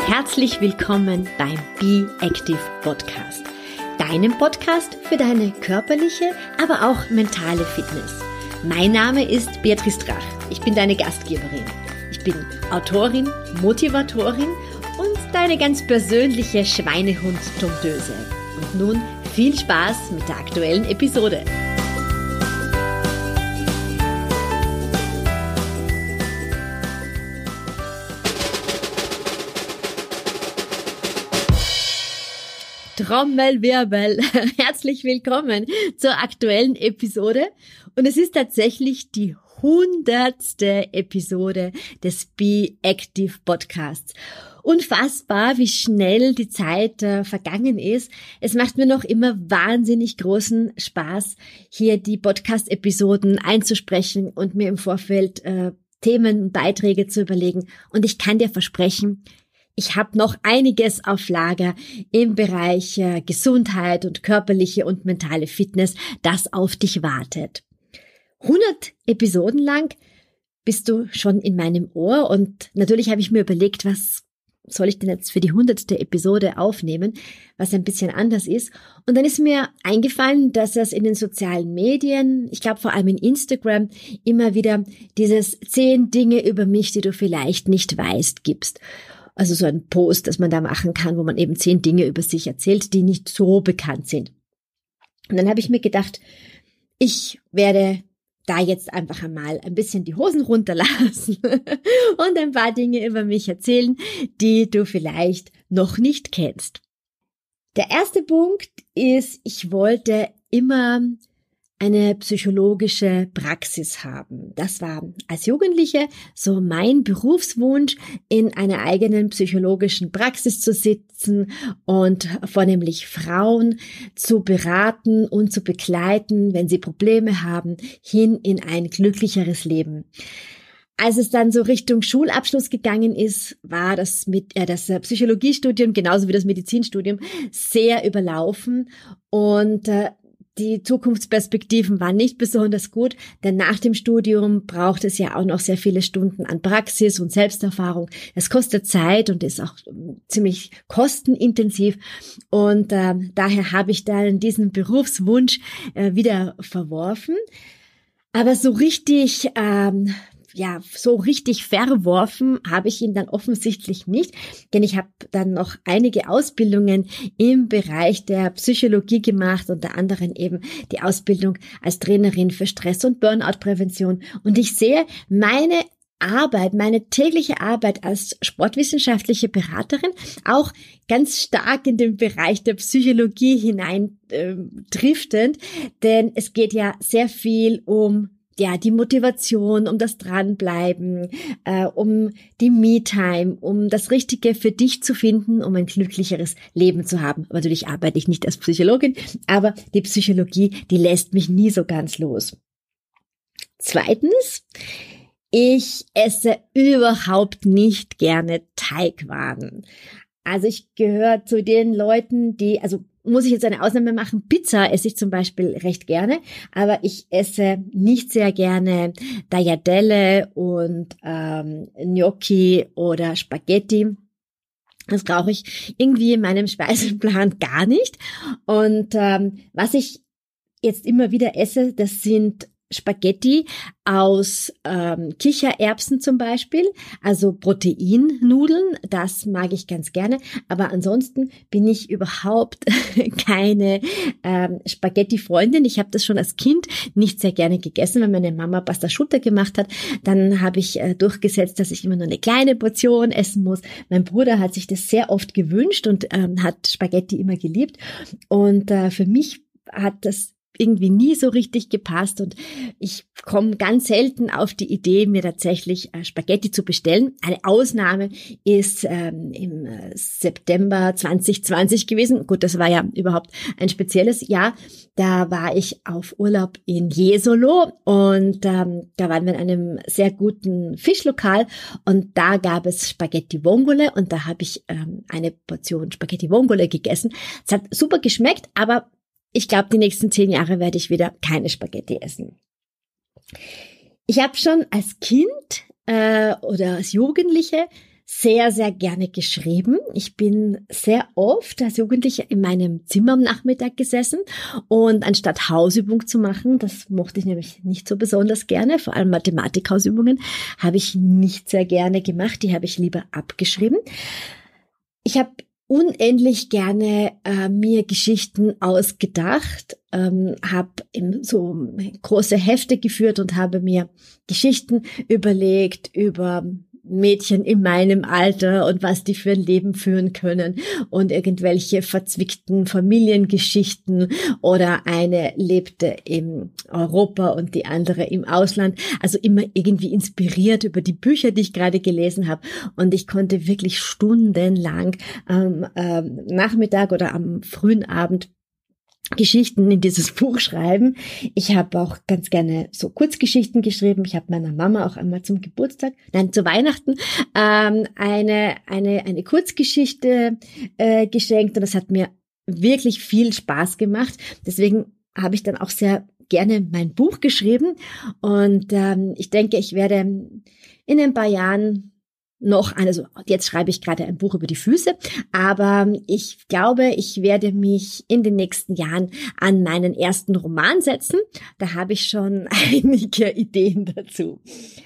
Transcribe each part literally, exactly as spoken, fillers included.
Herzlich willkommen beim Be Active Podcast, deinem Podcast für deine körperliche, aber auch mentale Fitness. Mein Name ist Beatrice Drach, ich bin deine Gastgeberin. Ich bin Autorin, Motivatorin und deine ganz persönliche Schweinehund-Dompteuse. Und nun viel Spaß mit der aktuellen Episode. Trommelwirbel, herzlich willkommen zur aktuellen Episode und es ist tatsächlich die hundertste Episode des Be Active Podcasts. Unfassbar, wie schnell die Zeit äh, vergangen ist. Es macht mir noch immer wahnsinnig großen Spaß, hier die Podcast-Episoden einzusprechen und mir im Vorfeld äh, Themen und Beiträge zu überlegen. Und ich kann dir versprechen, ich habe noch einiges auf Lager im Bereich äh, Gesundheit und körperliche und mentale Fitness, das auf dich wartet. hundert Episoden lang bist du schon in meinem Ohr und natürlich habe ich mir überlegt, was soll ich denn jetzt für die hundertste Episode aufnehmen, was ein bisschen anders ist. Und dann ist mir eingefallen, dass es in den sozialen Medien, ich glaube vor allem in Instagram, immer wieder dieses zehn Dinge über mich, die du vielleicht nicht weißt, gibst. Also so ein Post, das man da machen kann, wo man eben zehn Dinge über sich erzählt, die nicht so bekannt sind. Und dann habe ich mir gedacht, ich werde da jetzt einfach einmal ein bisschen die Hosen runterlassen und ein paar Dinge über mich erzählen, die du vielleicht noch nicht kennst. Der erste Punkt ist, ich wollte immer eine psychologische Praxis haben. Das war als Jugendliche so mein Berufswunsch, in einer eigenen psychologischen Praxis zu sitzen und vornehmlich Frauen zu beraten und zu begleiten, wenn sie Probleme haben, hin in ein glücklicheres Leben. Als es dann so Richtung Schulabschluss gegangen ist, war das mit äh, das Psychologiestudium genauso wie das Medizinstudium sehr überlaufen und äh, die Zukunftsperspektiven waren nicht besonders gut, denn nach dem Studium braucht es ja auch noch sehr viele Stunden an Praxis und Selbsterfahrung. Es kostet Zeit und ist auch ziemlich kostenintensiv und äh, daher habe ich dann diesen Berufswunsch äh, wieder verworfen. Aber so richtig ähm, ja, so richtig verworfen habe ich ihn dann offensichtlich nicht, denn ich habe dann noch einige Ausbildungen im Bereich der Psychologie gemacht, unter anderem eben die Ausbildung als Trainerin für Stress- und Burnout-Prävention. Und ich sehe meine Arbeit, meine tägliche Arbeit als sportwissenschaftliche Beraterin auch ganz stark in den Bereich der Psychologie hinein äh, driftend, denn es geht ja sehr viel um ja, die Motivation, um das Dranbleiben, äh, um die Me-Time, um das Richtige für dich zu finden, um ein glücklicheres Leben zu haben. Aber natürlich arbeite ich nicht als Psychologin, aber die Psychologie, die lässt mich nie so ganz los. Zweitens, ich esse überhaupt nicht gerne Teigwaren. Also ich gehöre zu den Leuten, die, also muss ich jetzt eine Ausnahme machen, Pizza esse ich zum Beispiel recht gerne, aber ich esse nicht sehr gerne Tagliatelle und ähm, Gnocchi oder Spaghetti. Das brauche ich irgendwie in meinem Speiseplan gar nicht. Und ähm, was ich jetzt immer wieder esse, das sind Spaghetti aus ähm, Kichererbsen zum Beispiel, also Proteinnudeln, das mag ich ganz gerne, aber ansonsten bin ich überhaupt keine ähm, Spaghetti-Freundin. Ich habe das schon als Kind nicht sehr gerne gegessen, wenn meine Mama Pasta Asciutta gemacht hat, dann habe ich äh, durchgesetzt, dass ich immer nur eine kleine Portion essen muss. Mein Bruder hat sich das sehr oft gewünscht und ähm, hat Spaghetti immer geliebt und äh, für mich hat das irgendwie nie so richtig gepasst und ich komme ganz selten auf die Idee, mir tatsächlich äh, Spaghetti zu bestellen. Eine Ausnahme ist ähm, im äh, September zwanzig zwanzig gewesen. Gut, das war ja überhaupt ein spezielles Jahr. Da war ich auf Urlaub in Jesolo und ähm, da waren wir in einem sehr guten Fischlokal und da gab es Spaghetti Vongole und da habe ich ähm, eine Portion Spaghetti Vongole gegessen. Es hat super geschmeckt, aber ich glaube, die nächsten zehn Jahre werde ich wieder keine Spaghetti essen. Ich habe schon als Kind äh, oder als Jugendliche sehr, sehr gerne geschrieben. Ich bin sehr oft als Jugendliche in meinem Zimmer am Nachmittag gesessen und anstatt Hausübung zu machen, das mochte ich nämlich nicht so besonders gerne, vor allem Mathematikhausübungen, habe ich nicht sehr gerne gemacht, die habe ich lieber abgeschrieben. Ich habe unendlich gerne äh, mir Geschichten ausgedacht, ähm, habe so große Hefte geführt und habe mir Geschichten überlegt über Mädchen in meinem Alter und was die für ein Leben führen können und irgendwelche verzwickten Familiengeschichten oder eine lebte in Europa und die andere im Ausland. Also immer irgendwie inspiriert über die Bücher, die ich gerade gelesen habe. Und ich konnte wirklich stundenlang am ähm, Nachmittag oder am frühen Abend Geschichten in dieses Buch schreiben. Ich habe auch ganz gerne so Kurzgeschichten geschrieben. Ich habe meiner Mama auch einmal zum Geburtstag, nein, zu Weihnachten ähm, eine eine eine Kurzgeschichte äh, geschenkt und das hat mir wirklich viel Spaß gemacht. Deswegen habe ich dann auch sehr gerne mein Buch geschrieben und ähm, ich denke, ich werde in ein paar Jahren noch, also jetzt schreibe ich gerade ein Buch über die Füße, aber ich glaube, ich werde mich in den nächsten Jahren an meinen ersten Roman setzen. Da habe ich schon einige Ideen dazu.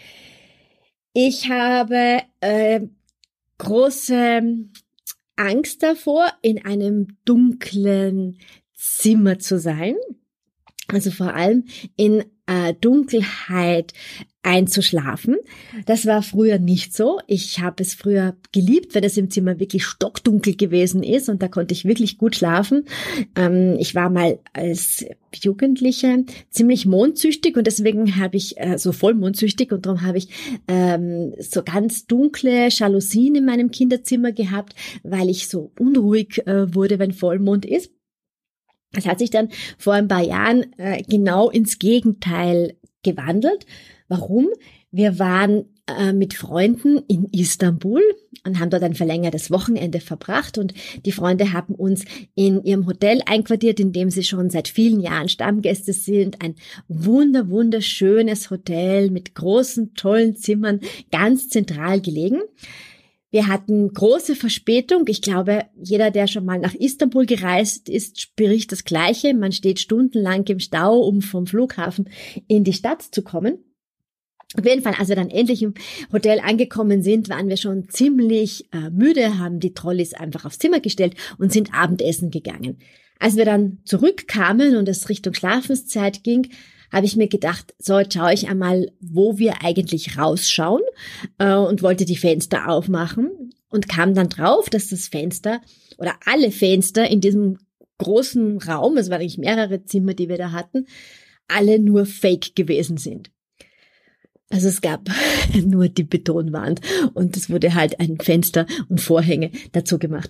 Ich habe äh, große Angst davor, in einem dunklen Zimmer zu sein. Also vor allem in äh, Dunkelheit einzuschlafen. Das war früher nicht so. Ich habe es früher geliebt, wenn es im Zimmer wirklich stockdunkel gewesen ist und da konnte ich wirklich gut schlafen. Ähm, ich war mal als Jugendliche ziemlich mondsüchtig und deswegen habe ich äh, so vollmondsüchtig und darum habe ich ähm, so ganz dunkle Jalousien in meinem Kinderzimmer gehabt, weil ich so unruhig äh, wurde, wenn Vollmond ist. Das hat sich dann vor ein paar Jahren äh, genau ins Gegenteil gewandelt. Warum? Wir waren äh, mit Freunden in Istanbul und haben dort ein verlängertes Wochenende verbracht und die Freunde haben uns in ihrem Hotel einquartiert, in dem sie schon seit vielen Jahren Stammgäste sind. Ein wunder, wunderschönes Hotel mit großen, tollen Zimmern, ganz zentral gelegen. Wir hatten große Verspätung. Ich glaube, jeder, der schon mal nach Istanbul gereist ist, spricht das Gleiche. Man steht stundenlang im Stau, um vom Flughafen in die Stadt zu kommen. Auf jeden Fall, als wir dann endlich im Hotel angekommen sind, waren wir schon ziemlich äh, müde, haben die Trolleys einfach aufs Zimmer gestellt und sind Abendessen gegangen. Als wir dann zurückkamen und es Richtung Schlafenszeit ging, habe ich mir gedacht, so, jetzt schaue ich einmal, wo wir eigentlich rausschauen äh, und wollte die Fenster aufmachen und kam dann drauf, dass das Fenster oder alle Fenster in diesem großen Raum, es waren eigentlich mehrere Zimmer, die wir da hatten, alle nur Fake gewesen sind. Also es gab nur die Betonwand und es wurde halt ein Fenster und Vorhänge dazu gemacht.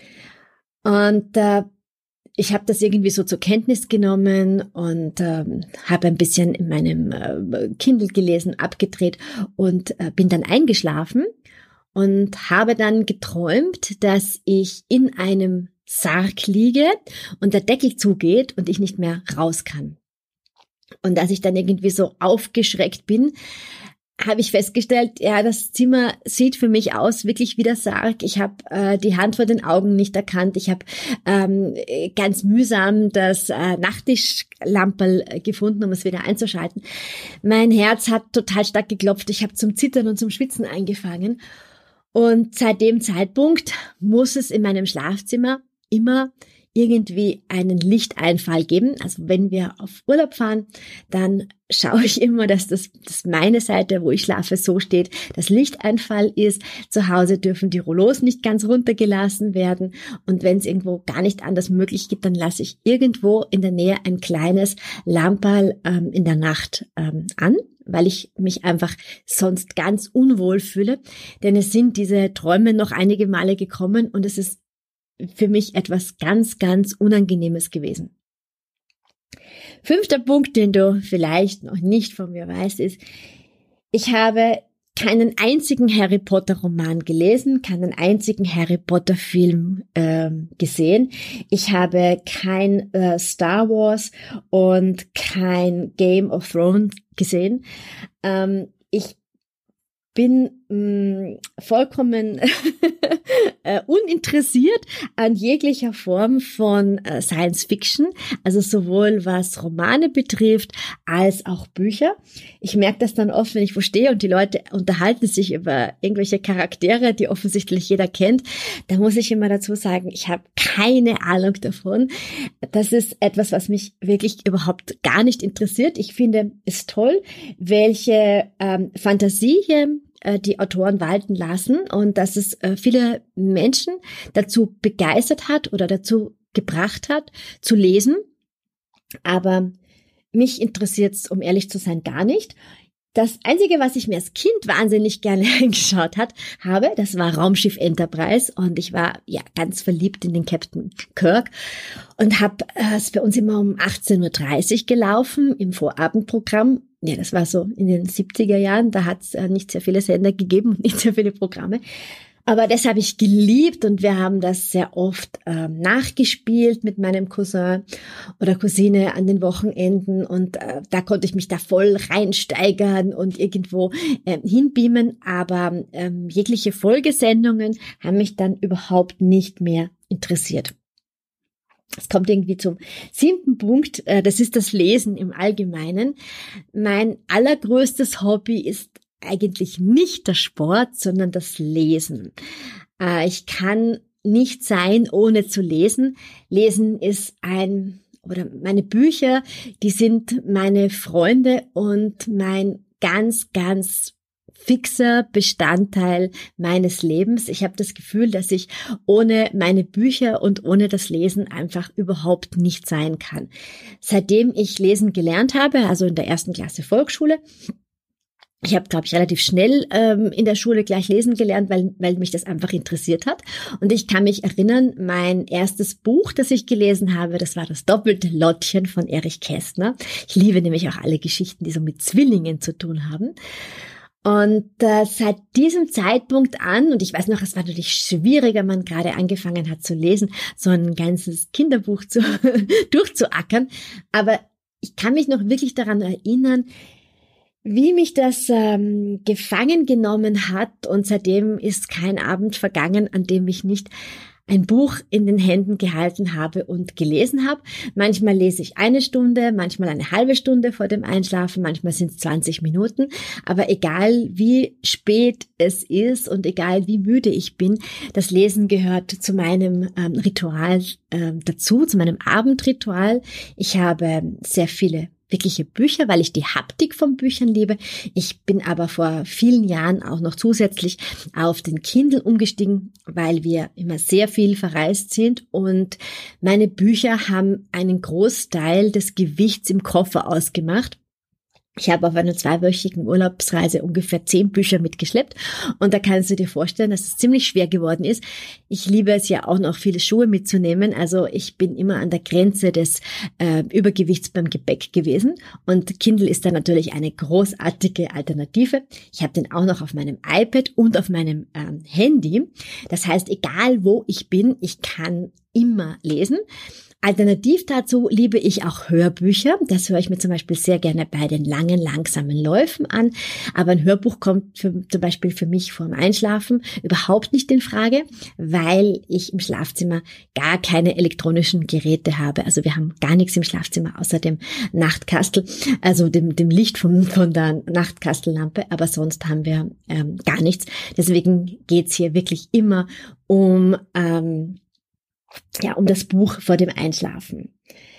Und äh, ich habe das irgendwie so zur Kenntnis genommen und ähm, habe ein bisschen in meinem äh, Kindle gelesen, abgedreht und äh, bin dann eingeschlafen und habe dann geträumt, dass ich in einem Sarg liege und der Deckel zugeht und ich nicht mehr raus kann. Und als ich dann irgendwie so aufgeschreckt bin, habe ich festgestellt, ja, das Zimmer sieht für mich aus wirklich wie der Sarg. Ich habe äh, die Hand vor den Augen nicht erkannt. Ich habe ähm, ganz mühsam das äh, Nachttischlamperl gefunden, um es wieder einzuschalten. Mein Herz hat total stark geklopft. Ich habe zum Zittern und zum Schwitzen angefangen. Und seit dem Zeitpunkt muss es in meinem Schlafzimmer immer irgendwie einen Lichteinfall geben. Also wenn wir auf Urlaub fahren, dann schaue ich immer, dass das, das meine Seite, wo ich schlafe, so steht, dass Lichteinfall ist. Zu Hause dürfen die Rollos nicht ganz runtergelassen werden. Und wenn es irgendwo gar nicht anders möglich gibt, dann lasse ich irgendwo in der Nähe ein kleines Lamperl ähm, in der Nacht ähm, an, weil ich mich einfach sonst ganz unwohl fühle. Denn es sind diese Träume noch einige Male gekommen und es ist für mich etwas ganz, ganz Unangenehmes gewesen. Fünfter Punkt, den du vielleicht noch nicht von mir weißt, ist, ich habe keinen einzigen Harry Potter Roman gelesen, keinen einzigen Harry Potter Film äh, gesehen. Ich habe kein äh, Star Wars und kein Game of Thrones gesehen. Ähm, ich bin mh, vollkommen äh, uninteressiert an jeglicher Form von äh, Science Fiction, also sowohl was Romane betrifft als auch Bücher. Ich merke das dann oft, wenn ich wo stehe und die Leute unterhalten sich über irgendwelche Charaktere, die offensichtlich jeder kennt. Da muss ich immer dazu sagen, ich habe keine Ahnung davon. Das ist etwas, was mich wirklich überhaupt gar nicht interessiert. Ich finde es toll, welche ähm, Fantasie hier äh, die Autoren walten lassen und dass es äh, viele Menschen dazu begeistert hat oder dazu gebracht hat, zu lesen. Aber mich interessiert es, um ehrlich zu sein, gar nicht. Das Einzige, was ich mir als Kind wahnsinnig gerne angeschaut hat, habe, das war Raumschiff Enterprise und ich war ja ganz verliebt in den Captain Kirk und habe äh, es bei uns immer um achtzehn Uhr dreißig gelaufen im Vorabendprogramm. Ja, das war so in den siebziger Jahren, da hat es äh, nicht sehr viele Sender gegeben und nicht sehr viele Programme. Aber das habe ich geliebt und wir haben das sehr oft ähm, nachgespielt mit meinem Cousin oder Cousine an den Wochenenden und äh, da konnte ich mich da voll reinsteigern und irgendwo äh, hinbeamen, aber ähm, jegliche Folgesendungen haben mich dann überhaupt nicht mehr interessiert. Es kommt irgendwie zum siebten Punkt, äh, das ist das Lesen im Allgemeinen. Mein allergrößtes Hobby ist eigentlich nicht der Sport, sondern das Lesen. Äh, ich kann nicht sein, ohne zu lesen. Lesen ist ein, oder meine Bücher, die sind meine Freunde und mein ganz, ganz fixer Bestandteil meines Lebens. Ich habe das Gefühl, dass ich ohne meine Bücher und ohne das Lesen einfach überhaupt nicht sein kann. Seitdem ich lesen gelernt habe, also in der ersten Klasse Volksschule, ich habe, glaube ich, relativ schnell ähm, in der Schule gleich lesen gelernt, weil, weil mich das einfach interessiert hat. Und ich kann mich erinnern, mein erstes Buch, das ich gelesen habe, das war das Doppelte Lottchen von Erich Kästner. Ich liebe nämlich auch alle Geschichten, die so mit Zwillingen zu tun haben. Und äh, seit diesem Zeitpunkt an, und ich weiß noch, es war natürlich schwieriger, wenn man gerade angefangen hat zu lesen, so ein ganzes Kinderbuch zu, durchzuackern. Aber ich kann mich noch wirklich daran erinnern, wie mich das ähm, gefangen genommen hat, und seitdem ist kein Abend vergangen, an dem ich nicht ein Buch in den Händen gehalten habe und gelesen habe. Manchmal lese ich eine Stunde, manchmal eine halbe Stunde vor dem Einschlafen, manchmal sind es zwanzig Minuten. Aber egal wie spät es ist und egal wie müde ich bin, das Lesen gehört zu meinem ähm, Ritual äh, dazu, zu meinem Abendritual. Ich habe sehr viele wirkliche Bücher, weil ich die Haptik von Büchern liebe. Ich bin aber vor vielen Jahren auch noch zusätzlich auf den Kindle umgestiegen, weil wir immer sehr viel verreist sind und meine Bücher haben einen Großteil des Gewichts im Koffer ausgemacht. Ich habe auf einer zweiwöchigen Urlaubsreise ungefähr zehn Bücher mitgeschleppt und da kannst du dir vorstellen, dass es ziemlich schwer geworden ist. Ich liebe es ja auch noch, viele Schuhe mitzunehmen, also ich bin immer an der Grenze des äh, Übergewichts beim Gepäck gewesen und Kindle ist da natürlich eine großartige Alternative. Ich habe den auch noch auf meinem iPad und auf meinem ähm, Handy. Das heißt, egal wo ich bin, ich kann immer lesen. Alternativ dazu liebe ich auch Hörbücher. Das höre ich mir zum Beispiel sehr gerne bei den langen, langsamen Läufen an. Aber ein Hörbuch kommt für, zum Beispiel für mich vorm Einschlafen überhaupt nicht in Frage, weil ich im Schlafzimmer gar keine elektronischen Geräte habe. Also wir haben gar nichts im Schlafzimmer außer dem Nachtkastel, also dem, dem Licht von, von der Nachtkastellampe. Aber sonst haben wir ähm, gar nichts. Deswegen geht's hier wirklich immer um ähm, Ja, um das Buch vor dem Einschlafen.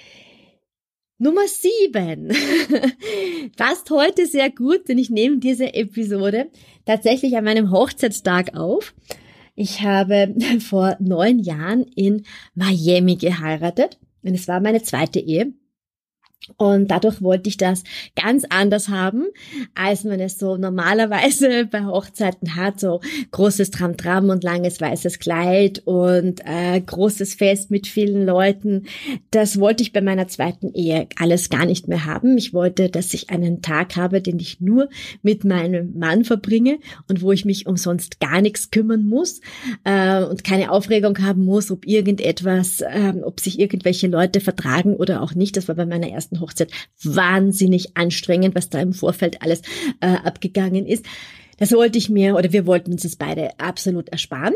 Nummer sieben. Passt heute sehr gut, denn ich nehme diese Episode tatsächlich an meinem Hochzeitstag auf. Ich habe vor neun Jahren in Miami geheiratet und es war meine zweite Ehe. Und dadurch wollte ich das ganz anders haben, als man es so normalerweise bei Hochzeiten hat, so großes Tram-Tram und langes weißes Kleid und äh, großes Fest mit vielen Leuten. Das wollte ich bei meiner zweiten Ehe alles gar nicht mehr haben. Ich wollte, dass ich einen Tag habe, den ich nur mit meinem Mann verbringe und wo ich mich um sonst gar nichts kümmern muss äh, und keine Aufregung haben muss, ob irgendetwas, äh, ob sich irgendwelche Leute vertragen oder auch nicht. Das war bei meiner ersten Hochzeit wahnsinnig anstrengend, was da im Vorfeld alles äh, abgegangen ist. Das wollte ich mir, oder wir wollten uns das beide absolut ersparen.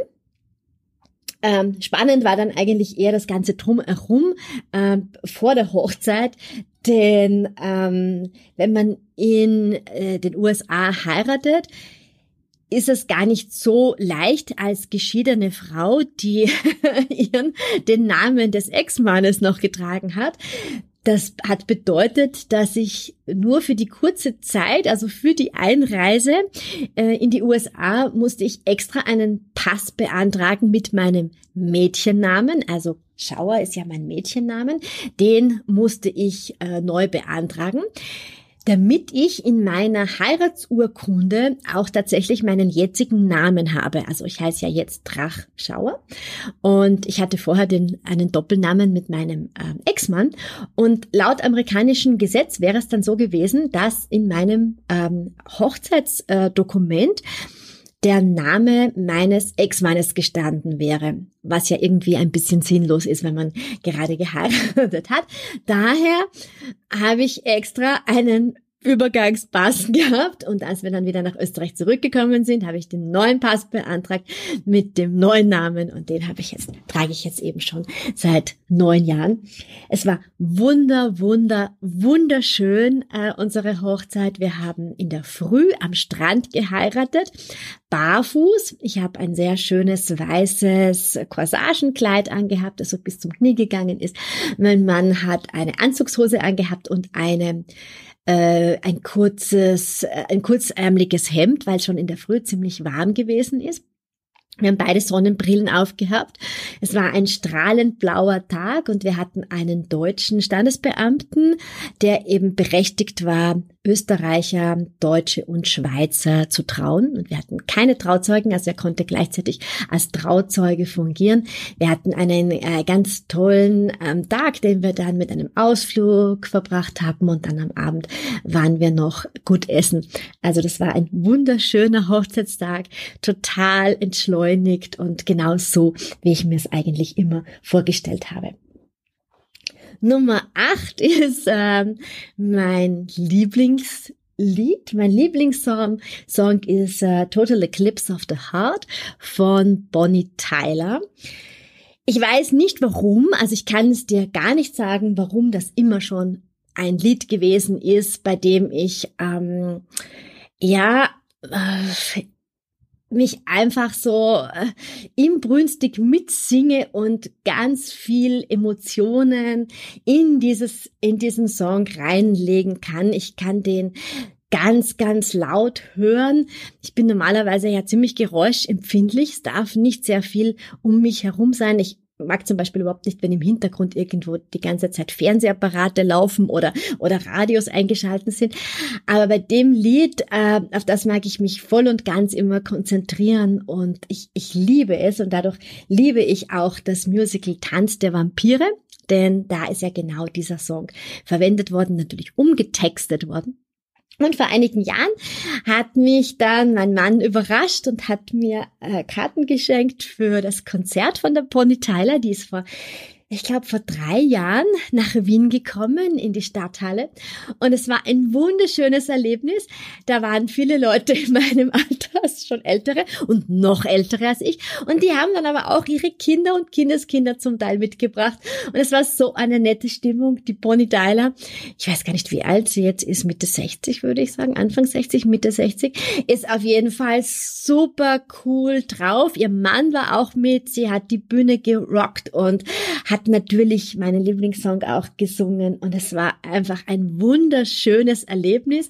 Ähm, spannend war dann eigentlich eher das Ganze drumherum ähm, vor der Hochzeit, denn ähm, wenn man in äh, den U S A heiratet, ist es gar nicht so leicht als geschiedene Frau, die ihren den Namen des Ex-Mannes noch getragen hat. Das hat bedeutet, dass ich nur für die kurze Zeit, also für die Einreise äh, in die U S A, musste ich extra einen Pass beantragen mit meinem Mädchennamen. Also Schauer ist ja mein Mädchennamen. Den musste ich äh, neu beantragen, damit ich in meiner Heiratsurkunde auch tatsächlich meinen jetzigen Namen habe. Also ich heiße ja jetzt Drach Schauer und ich hatte vorher den, einen Doppelnamen mit meinem äh, Ex-Mann und laut amerikanischem Gesetz wäre es dann so gewesen, dass in meinem ähm, Hochzeitsdokument der Name meines Ex-Mannes gestanden wäre, was ja irgendwie ein bisschen sinnlos ist, wenn man gerade geheiratet hat. Daher habe ich extra einen Übergangspass gehabt und als wir dann wieder nach Österreich zurückgekommen sind, habe ich den neuen Pass beantragt mit dem neuen Namen und den habe ich jetzt, trage ich jetzt eben schon seit neun Jahren. Es war wunder, wunder, wunderschön, äh, unsere Hochzeit. Wir haben in der Früh am Strand geheiratet, barfuß. Ich habe ein sehr schönes weißes Corsagenkleid angehabt, das so bis zum Knie gegangen ist. Mein Mann hat eine Anzugshose angehabt und eine Äh, ein kurzes, äh, ein kurzärmliches Hemd, weil schon in der Früh ziemlich warm gewesen ist. Wir haben beide Sonnenbrillen aufgehabt. Es war ein strahlend blauer Tag und wir hatten einen deutschen Standesbeamten, der eben berechtigt war, Österreicher, Deutsche und Schweizer zu trauen. Und wir hatten keine Trauzeugen, also er konnte gleichzeitig als Trauzeuge fungieren. Wir hatten einen äh, ganz tollen ähm, Tag, den wir dann mit einem Ausflug verbracht haben und dann am Abend waren wir noch gut essen. Also das war ein wunderschöner Hochzeitstag, total entschleunigt und genau so, wie ich mir es eigentlich immer vorgestellt habe. Nummer acht ist ähm, mein Lieblingslied. Mein Lieblingssong Song ist äh, Total Eclipse of the Heart von Bonnie Tyler. Ich weiß nicht warum, also ich kann es dir gar nicht sagen, warum das immer schon ein Lied gewesen ist, bei dem ich ähm, ja äh, mich einfach so äh, inbrünstig mitsinge und ganz viel Emotionen in dieses, in diesen Song reinlegen kann. Ich kann den ganz, ganz laut hören. Ich bin normalerweise ja ziemlich geräuschempfindlich. Es darf nicht sehr viel um mich herum sein. Ich mag zum Beispiel überhaupt nicht, wenn im Hintergrund irgendwo die ganze Zeit Fernsehapparate laufen oder oder Radios eingeschaltet sind. Aber bei dem Lied, äh, auf das mag ich mich voll und ganz immer konzentrieren und ich ich liebe es und dadurch liebe ich auch das Musical Tanz der Vampire, denn da ist ja genau dieser Song verwendet worden, natürlich umgetextet worden. Und vor einigen Jahren hat mich dann mein Mann überrascht und hat mir äh, Karten geschenkt für das Konzert von der Bonnie Tyler. Die ist vor, ich glaube, vor drei Jahren nach Wien gekommen in die Stadthalle. Und es war ein wunderschönes Erlebnis. Da waren viele Leute in meinem Alter, schon ältere und noch ältere als ich. Und die haben dann aber auch ihre Kinder und Kindeskinder zum Teil mitgebracht. Und es war so eine nette Stimmung. Die Bonnie Tyler, ich weiß gar nicht, wie alt sie jetzt ist, Mitte sechzig würde ich sagen, Anfang sechzig, Mitte sechzig, ist auf jeden Fall super cool drauf. Ihr Mann war auch mit, sie hat die Bühne gerockt und hat natürlich meinen Lieblingssong auch gesungen. Und es war einfach ein wunderschönes Erlebnis.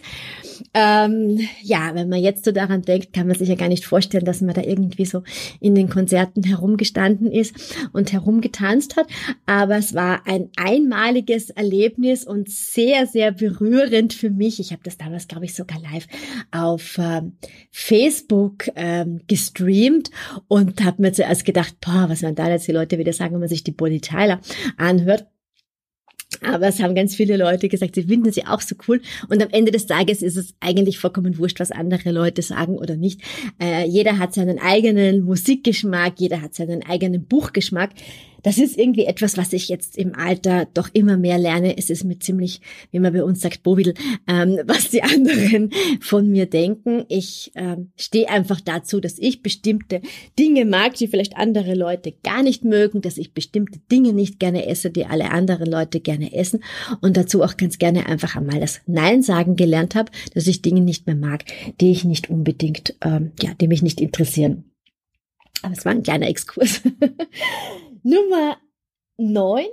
Ähm, ja, wenn man jetzt so daran denkt, kann man sich ja gar nicht vorstellen, dass man da irgendwie so in den Konzerten herumgestanden ist und herumgetanzt hat. Aber es war ein einmaliges Erlebnis und sehr, sehr berührend für mich. Ich habe das damals, glaube ich, sogar live auf ähm, Facebook ähm, gestreamt und habe mir zuerst gedacht, boah, was werden da jetzt die Leute wieder sagen, wenn man sich die Bonnie Tyler anhört. Aber es haben ganz viele Leute gesagt, sie finden sie auch so cool. Und am Ende des Tages ist es eigentlich vollkommen wurscht, was andere Leute sagen oder nicht. Äh, jeder hat seinen eigenen Musikgeschmack, jeder hat seinen eigenen Buchgeschmack. das ist irgendwie etwas, was ich jetzt im Alter doch immer mehr lerne. Es ist mir ziemlich, wie man bei uns sagt, Bovidel, ähm, was die anderen von mir denken. Ich ähm, stehe einfach dazu, dass ich bestimmte Dinge mag, die vielleicht andere Leute gar nicht mögen, dass ich bestimmte Dinge nicht gerne esse, die alle anderen Leute gerne essen und dazu auch ganz gerne einfach einmal das Nein sagen gelernt habe, dass ich Dinge nicht mehr mag, die ich nicht unbedingt, ähm, ja, die mich nicht interessieren. Aber es war ein kleiner Exkurs. Nummer neun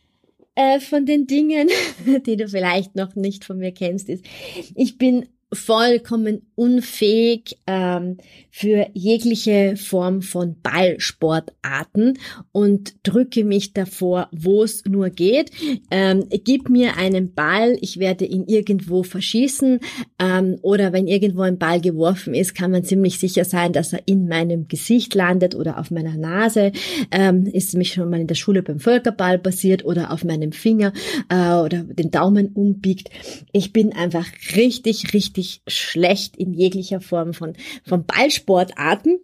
äh, von den Dingen, die du vielleicht noch nicht von mir kennst, ist, ich bin vollkommen unfähig ähm, für jegliche Form von Ballsportarten und drücke mich davor, wo es nur geht. Ähm, gib mir einen Ball, ich werde ihn irgendwo verschießen ähm, oder wenn irgendwo ein Ball geworfen ist, kann man ziemlich sicher sein, dass er in meinem Gesicht landet oder auf meiner Nase. Ähm, ist mich schon mal in der Schule beim Völkerball passiert oder auf meinem Finger äh, oder den Daumen umbiegt. Ich bin einfach richtig, richtig schlecht in jeglicher Form von, von Ballsportarten.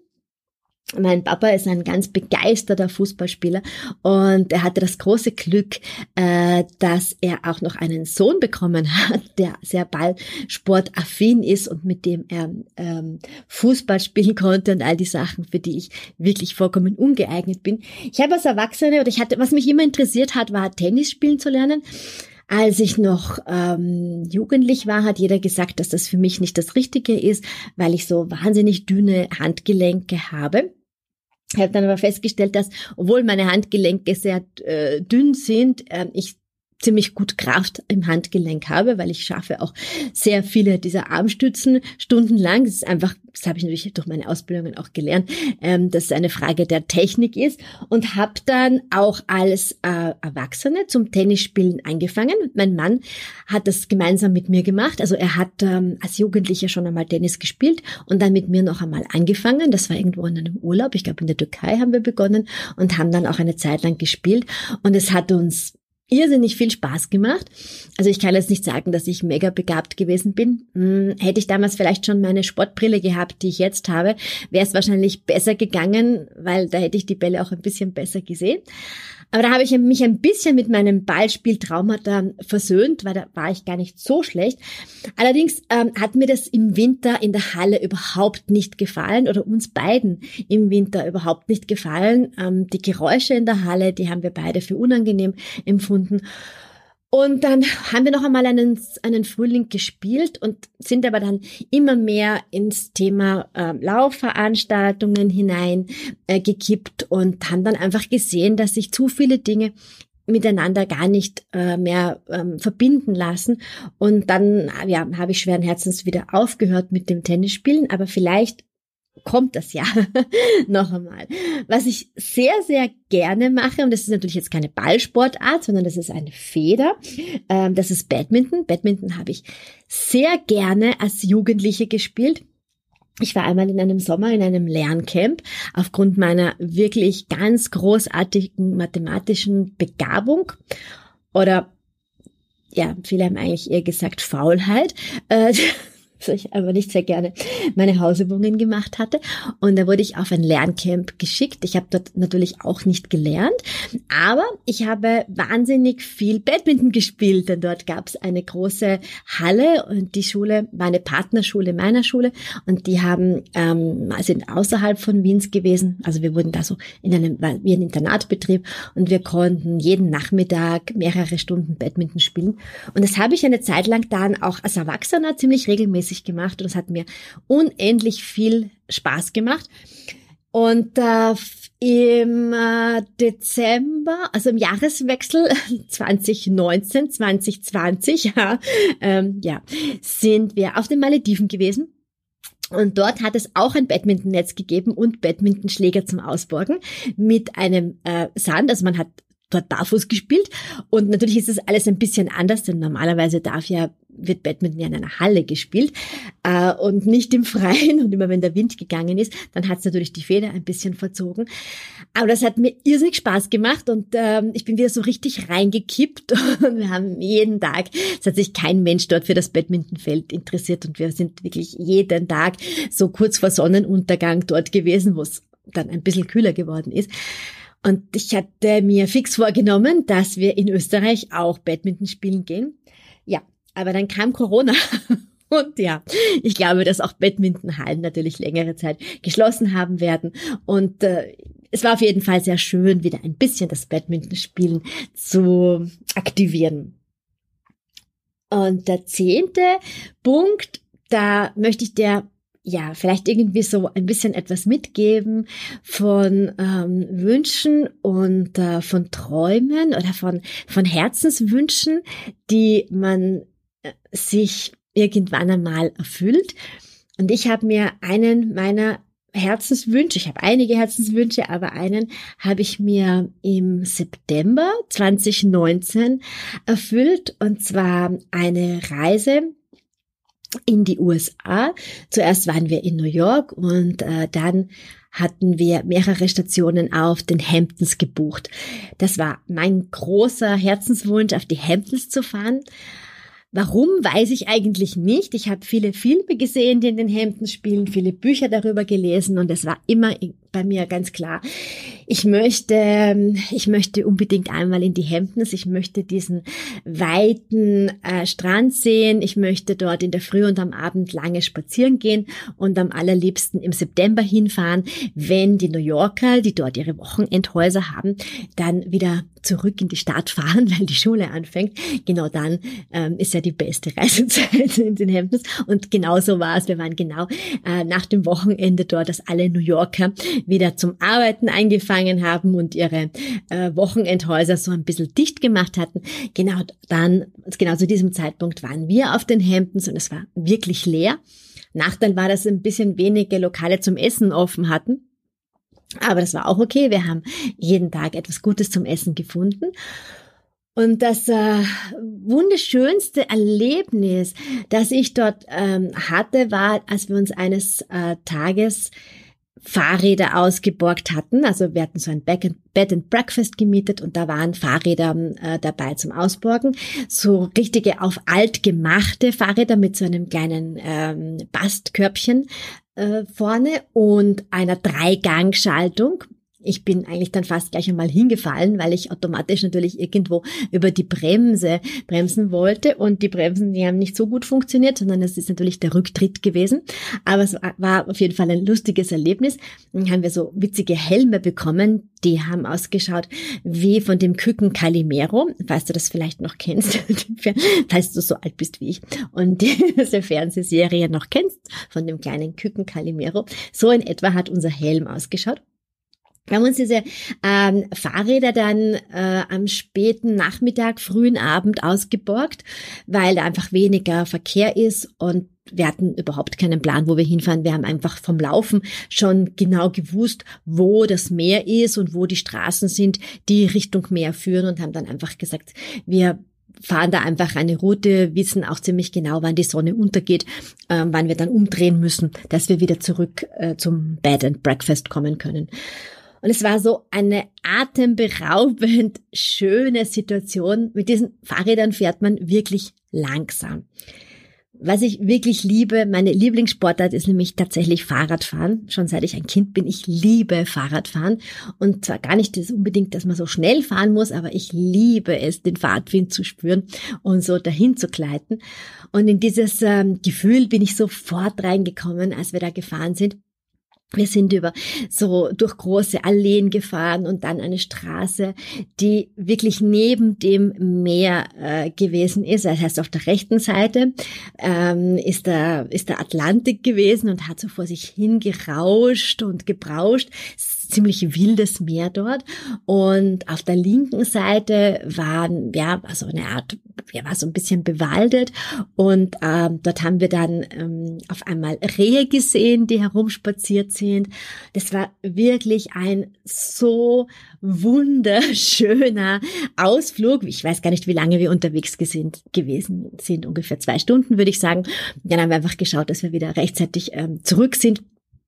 Mein Papa ist ein ganz begeisterter Fußballspieler und er hatte das große Glück, äh, dass er auch noch einen Sohn bekommen hat, der sehr ballsportaffin ist und mit dem er ähm, Fußball spielen konnte und all die Sachen, für die ich wirklich vollkommen ungeeignet bin. Ich habe als Erwachsene, oder ich hatte, was mich immer interessiert hat, war Tennis spielen zu lernen. Als ich noch ähm, jugendlich war, hat jeder gesagt, dass das für mich nicht das Richtige ist, weil ich so wahnsinnig dünne Handgelenke habe. Ich habe dann aber festgestellt, dass, obwohl meine Handgelenke sehr äh, dünn sind, äh, ich ziemlich gut Kraft im Handgelenk habe, weil ich schaffe auch sehr viele dieser Armstützen stundenlang. Das ist einfach, das habe ich natürlich durch meine Ausbildungen auch gelernt, ähm, dass es eine Frage der Technik ist und habe dann auch als äh, Erwachsene zum Tennisspielen angefangen. Mein Mann hat das gemeinsam mit mir gemacht. Also er hat ähm, als Jugendlicher schon einmal Tennis gespielt und dann mit mir noch einmal angefangen. Das war irgendwo in einem Urlaub. Ich glaube, in der Türkei haben wir begonnen und haben dann auch eine Zeit lang gespielt. Und es hat uns irrsinnig viel Spaß gemacht. Also ich kann jetzt nicht sagen, dass ich mega begabt gewesen bin. Hm, hätte ich damals vielleicht schon meine Sportbrille gehabt, die ich jetzt habe, wäre es wahrscheinlich besser gegangen, weil da hätte ich die Bälle auch ein bisschen besser gesehen. Aber da habe ich mich ein bisschen mit meinem Ballspieltraumata versöhnt, weil da war ich gar nicht so schlecht. Allerdings ähm, hat mir das im Winter in der Halle überhaupt nicht gefallen oder uns beiden im Winter überhaupt nicht gefallen. Ähm, die Geräusche in der Halle, die haben wir beide für unangenehm empfunden. Und dann haben wir noch einmal einen, einen Frühling gespielt und sind aber dann immer mehr ins Thema äh, Laufveranstaltungen hinein äh, gekippt und haben dann einfach gesehen, dass sich zu viele Dinge miteinander gar nicht äh, mehr ähm, verbinden lassen. Und dann ja, habe ich schweren Herzens wieder aufgehört mit dem Tennisspielen, aber vielleicht kommt das ja noch einmal. Was ich sehr, sehr gerne mache, und das ist natürlich jetzt keine Ballsportart, sondern das ist eine Feder, ähm, das ist Badminton. Badminton habe ich sehr gerne als Jugendliche gespielt. Ich war einmal in einem Sommer in einem Lerncamp aufgrund meiner wirklich ganz großartigen mathematischen Begabung oder ja, viele haben eigentlich eher gesagt Faulheit, äh, ich aber nicht sehr gerne meine Hausübungen gemacht hatte. Und da wurde ich auf ein Lerncamp geschickt. Ich habe dort natürlich auch nicht gelernt, aber ich habe wahnsinnig viel Badminton gespielt, denn dort gab es eine große Halle und die Schule war eine Partnerschule meiner Schule und die haben ähm, sind außerhalb von Wiens gewesen. Also wir wurden da so in einem, wie ein Internatbetrieb und wir konnten jeden Nachmittag mehrere Stunden Badminton spielen. Und das habe ich eine Zeit lang dann auch als Erwachsener ziemlich regelmäßig gemacht und es hat mir unendlich viel Spaß gemacht. Und äh, im äh, Dezember, also im Jahreswechsel zwanzig neunzehn, zwanzig zwanzig, ja, ähm, ja, sind wir auf den Malediven gewesen. Und dort hat es auch ein Badmintonnetz gegeben und Badmintonschläger zum Ausborgen mit einem äh, Sand. Also man hat dort barfuß gespielt und natürlich ist das alles ein bisschen anders, denn normalerweise darf ja, wird Badminton ja in einer Halle gespielt äh, und nicht im Freien und immer wenn der Wind gegangen ist, dann hat es natürlich die Feder ein bisschen verzogen. Aber das hat mir irrsinnig Spaß gemacht und ähm, ich bin wieder so richtig reingekippt und wir haben jeden Tag, es hat sich kein Mensch dort für das Badmintonfeld interessiert und wir sind wirklich jeden Tag so kurz vor Sonnenuntergang dort gewesen, wo es dann ein bisschen kühler geworden ist. Und ich hatte mir fix vorgenommen, dass wir in Österreich auch Badminton spielen gehen. Ja, aber dann kam Corona. Und ja, ich glaube, dass auch Badmintonhallen natürlich längere Zeit geschlossen haben werden. Und äh, es war auf jeden Fall sehr schön, wieder ein bisschen das Badmintonspielen zu aktivieren. Und der zehnte Punkt, da möchte ich dir ja vielleicht irgendwie so ein bisschen etwas mitgeben von ähm, Wünschen und äh, von Träumen oder von von Herzenswünschen, die man äh, sich irgendwann einmal erfüllt. Und ich habe mir einen meiner Herzenswünsche, ich habe einige Herzenswünsche, aber einen habe ich mir im September zwanzig neunzehn erfüllt, und zwar eine Reise in die U S A. Zuerst waren wir in New York und äh, dann hatten wir mehrere Stationen auf den Hamptons gebucht. Das war mein großer Herzenswunsch, auf die Hamptons zu fahren. Warum, weiß ich eigentlich nicht. Ich habe viele Filme gesehen, die in den Hamptons spielen, viele Bücher darüber gelesen, und es war immer bei mir ganz klar, ich möchte, ich möchte unbedingt einmal in die Hamptons, ich möchte diesen weiten äh, Strand sehen, ich möchte dort in der Früh und am Abend lange spazieren gehen und am allerliebsten im September hinfahren, wenn die New Yorker, die dort ihre Wochenendhäuser haben, dann wieder zurück in die Stadt fahren, weil die Schule anfängt. Genau dann ähm, ist ja die beste Reisezeit in den Hamptons, und genau so war es. Wir waren genau äh, nach dem Wochenende dort, dass alle New Yorker wieder zum Arbeiten angefangen haben und ihre äh, Wochenendhäuser so ein bisschen dicht gemacht hatten. Genau dann, genau zu diesem Zeitpunkt waren wir auf den Hamptons und es war wirklich leer. Nachteil war, dass ein bisschen wenige Lokale zum Essen offen hatten. Aber das war auch okay. Wir haben jeden Tag etwas Gutes zum Essen gefunden. Und das äh, wunderschönste Erlebnis, das ich dort ähm, hatte, war, als wir uns eines äh, Tages Fahrräder ausgeborgt hatten. Also wir hatten so ein Bed and Breakfast gemietet und da waren Fahrräder äh, dabei zum Ausborgen. So richtige auf alt gemachte Fahrräder mit so einem kleinen ähm, Bastkörbchen äh, vorne und einer Dreigangschaltung. Ich bin eigentlich dann fast gleich einmal hingefallen, weil ich automatisch natürlich irgendwo über die Bremse bremsen wollte, und die Bremsen, die haben nicht so gut funktioniert, sondern es ist natürlich der Rücktritt gewesen. Aber es war auf jeden Fall ein lustiges Erlebnis. Dann haben wir so witzige Helme bekommen, die haben ausgeschaut wie von dem Küken Calimero, falls du das vielleicht noch kennst, falls du so alt bist wie ich und diese Fernsehserie noch kennst, von dem kleinen Küken Calimero. So in etwa hat unser Helm ausgeschaut. Wir haben uns diese ähm, Fahrräder dann äh, am späten Nachmittag, frühen Abend ausgeborgt, weil da einfach weniger Verkehr ist, und wir hatten überhaupt keinen Plan, wo wir hinfahren. Wir haben einfach vom Laufen schon genau gewusst, wo das Meer ist und wo die Straßen sind, die Richtung Meer führen, und haben dann einfach gesagt, wir fahren da einfach eine Route, wissen auch ziemlich genau, wann die Sonne untergeht, äh, wann wir dann umdrehen müssen, dass wir wieder zurück äh, zum Bed and Breakfast kommen können. Und es war so eine atemberaubend schöne Situation. Mit diesen Fahrrädern fährt man wirklich langsam. Was ich wirklich liebe, meine Lieblingssportart ist nämlich tatsächlich Fahrradfahren. Schon seit ich ein Kind bin, ich liebe Fahrradfahren. Und zwar gar nicht das unbedingt, dass man so schnell fahren muss, aber ich liebe es, den Fahrtwind zu spüren und so dahin zu gleiten. Und in dieses ähm, Gefühl bin ich sofort reingekommen, als wir da gefahren sind. Wir sind über so durch große Alleen gefahren und dann eine Straße, die wirklich neben dem Meer äh, gewesen ist. Das heißt, auf der rechten Seite ähm, ist der ist der Atlantik gewesen und hat so vor sich hingerauscht und gebrauscht. Ziemlich wildes Meer dort. Und auf der linken Seite waren, ja, also eine Art, ja, war so ein bisschen bewaldet. Und ähm, dort haben wir dann ähm, auf einmal Rehe gesehen, die herumspaziert sind. Das war wirklich ein so wunderschöner Ausflug. Ich weiß gar nicht, wie lange wir unterwegs sind, gewesen sind. Ungefähr zwei Stunden, würde ich sagen. Dann haben wir einfach geschaut, dass wir wieder rechtzeitig ähm, zurück sind.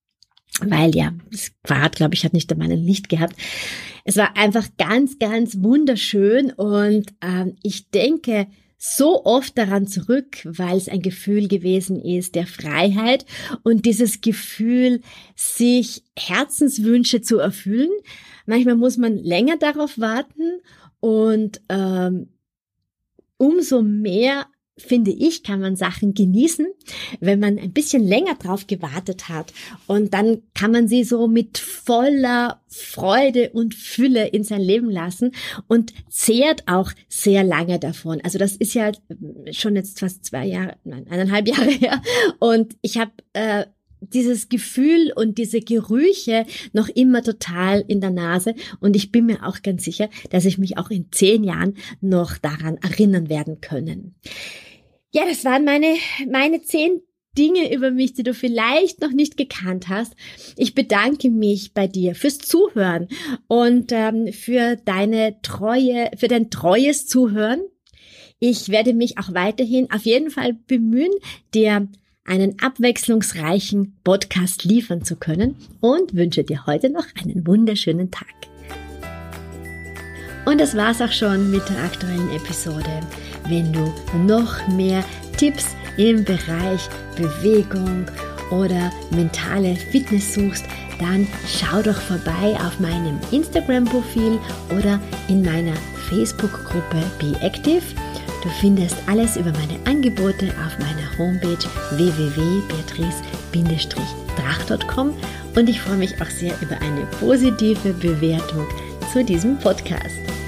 Weil ja, das Fahrrad, glaube ich, hat nicht einmal ein Licht gehabt. Es war einfach ganz, ganz wunderschön, und ähm, ich denke so oft daran zurück, weil es ein Gefühl gewesen ist der Freiheit und dieses Gefühl, sich Herzenswünsche zu erfüllen, manchmal muss man länger darauf warten und ähm, umso mehr, finde ich, kann man Sachen genießen, wenn man ein bisschen länger drauf gewartet hat. Und dann kann man sie so mit voller Freude und Fülle in sein Leben lassen und zehrt auch sehr lange davon. Also das ist ja schon jetzt fast zwei Jahre, nein, eineinhalb Jahre her. Und ich habe äh, dieses Gefühl und diese Gerüche noch immer total in der Nase. Und ich bin mir auch ganz sicher, dass ich mich auch in zehn Jahren noch daran erinnern werden können. Ja, das waren meine, meine zehn Dinge über mich, die du vielleicht noch nicht gekannt hast. Ich bedanke mich bei dir fürs Zuhören und ähm, für deine treue, für dein treues Zuhören. Ich werde mich auch weiterhin auf jeden Fall bemühen, dir einen abwechslungsreichen Podcast liefern zu können und wünsche dir heute noch einen wunderschönen Tag. Und das war's auch schon mit der aktuellen Episode. Wenn du noch mehr Tipps im Bereich Bewegung oder mentale Fitness suchst, dann schau doch vorbei auf meinem Instagram-Profil oder in meiner Facebook-Gruppe Be Active. Du findest alles über meine Angebote auf meiner Homepage w w w punkt beatrice Bindestrich drach punkt com und ich freue mich auch sehr über eine positive Bewertung zu diesem Podcast.